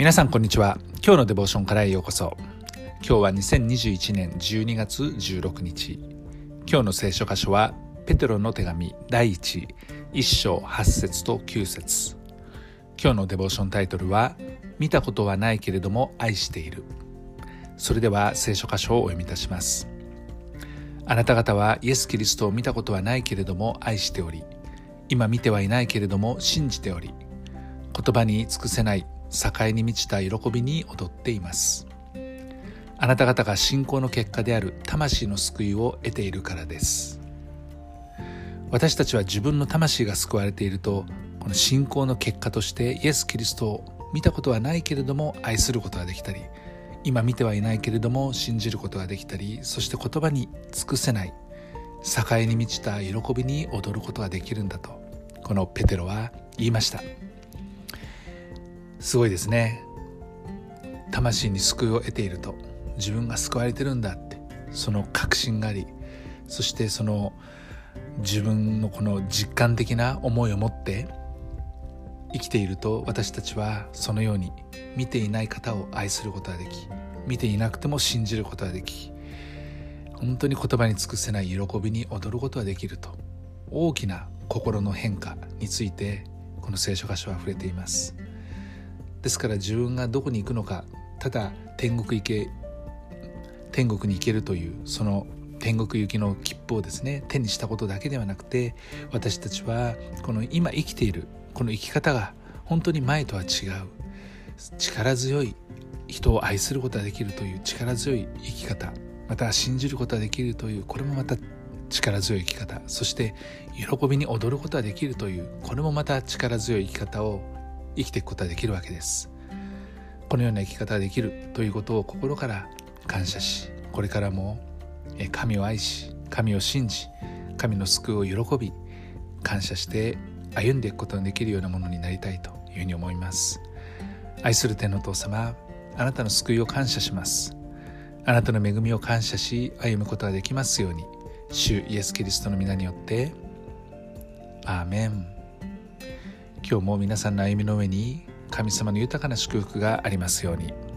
皆さんこんにちは。今日のデボーションからへようこそ。今日は2021年12月16日。今日の聖書箇所はペテロの手紙第1章8節と9節。今日のデボーションタイトルは見たことはないけれども愛している。それでは聖書箇所をお読みいたします。あなた方はイエス・キリストを見たことはないけれども愛しており、今見てはいないけれども信じており、言葉に尽くせない栄に満ちた喜びに踊っています。あなた方が信仰の結果である魂の救いを得ているからです。私たちは自分の魂が救われていると、この信仰の結果としてイエス・キリストを見たことはないけれども愛することができたり、今見てはいないけれども信じることができたり、そして言葉に尽くせない栄に満ちた喜びに踊ることができるんだと、このペテロは言いました。すごいですね。魂に救いを得ていると、自分が救われてるんだって、その確信があり、そしてその自分のこの実感的な思いを持って生きていると、私たちはそのように見ていない方を愛することができ、見ていなくても信じることができ、本当に言葉に尽くせない喜びに踊ることができると、大きな心の変化についてこの聖書箇所は触れています。ですから自分がどこに行くのか、ただ天国に行けるというその天国行きの切符をですね、手にしたことだけではなくて、私たちはこの今生きているこの生き方が本当に前とは違う力強い人を愛することができるという力強い生き方、また信じることができるという、これもまた力強い生き方、そして喜びに踊ることができるという、これもまた力強い生き方を生きていくことができるわけです。このような生き方ができるということを心から感謝し、これからも神を愛し、神を信じ、神の救いを喜び感謝して歩んでいくことができるようなものになりたいというふうに思います。愛する天のお父様、あなたの救いを感謝します。あなたの恵みを感謝し歩むことができますように、主イエス・キリストの皆によってアーメン。今日も皆さんの歩みの上に神様の豊かな祝福がありますように。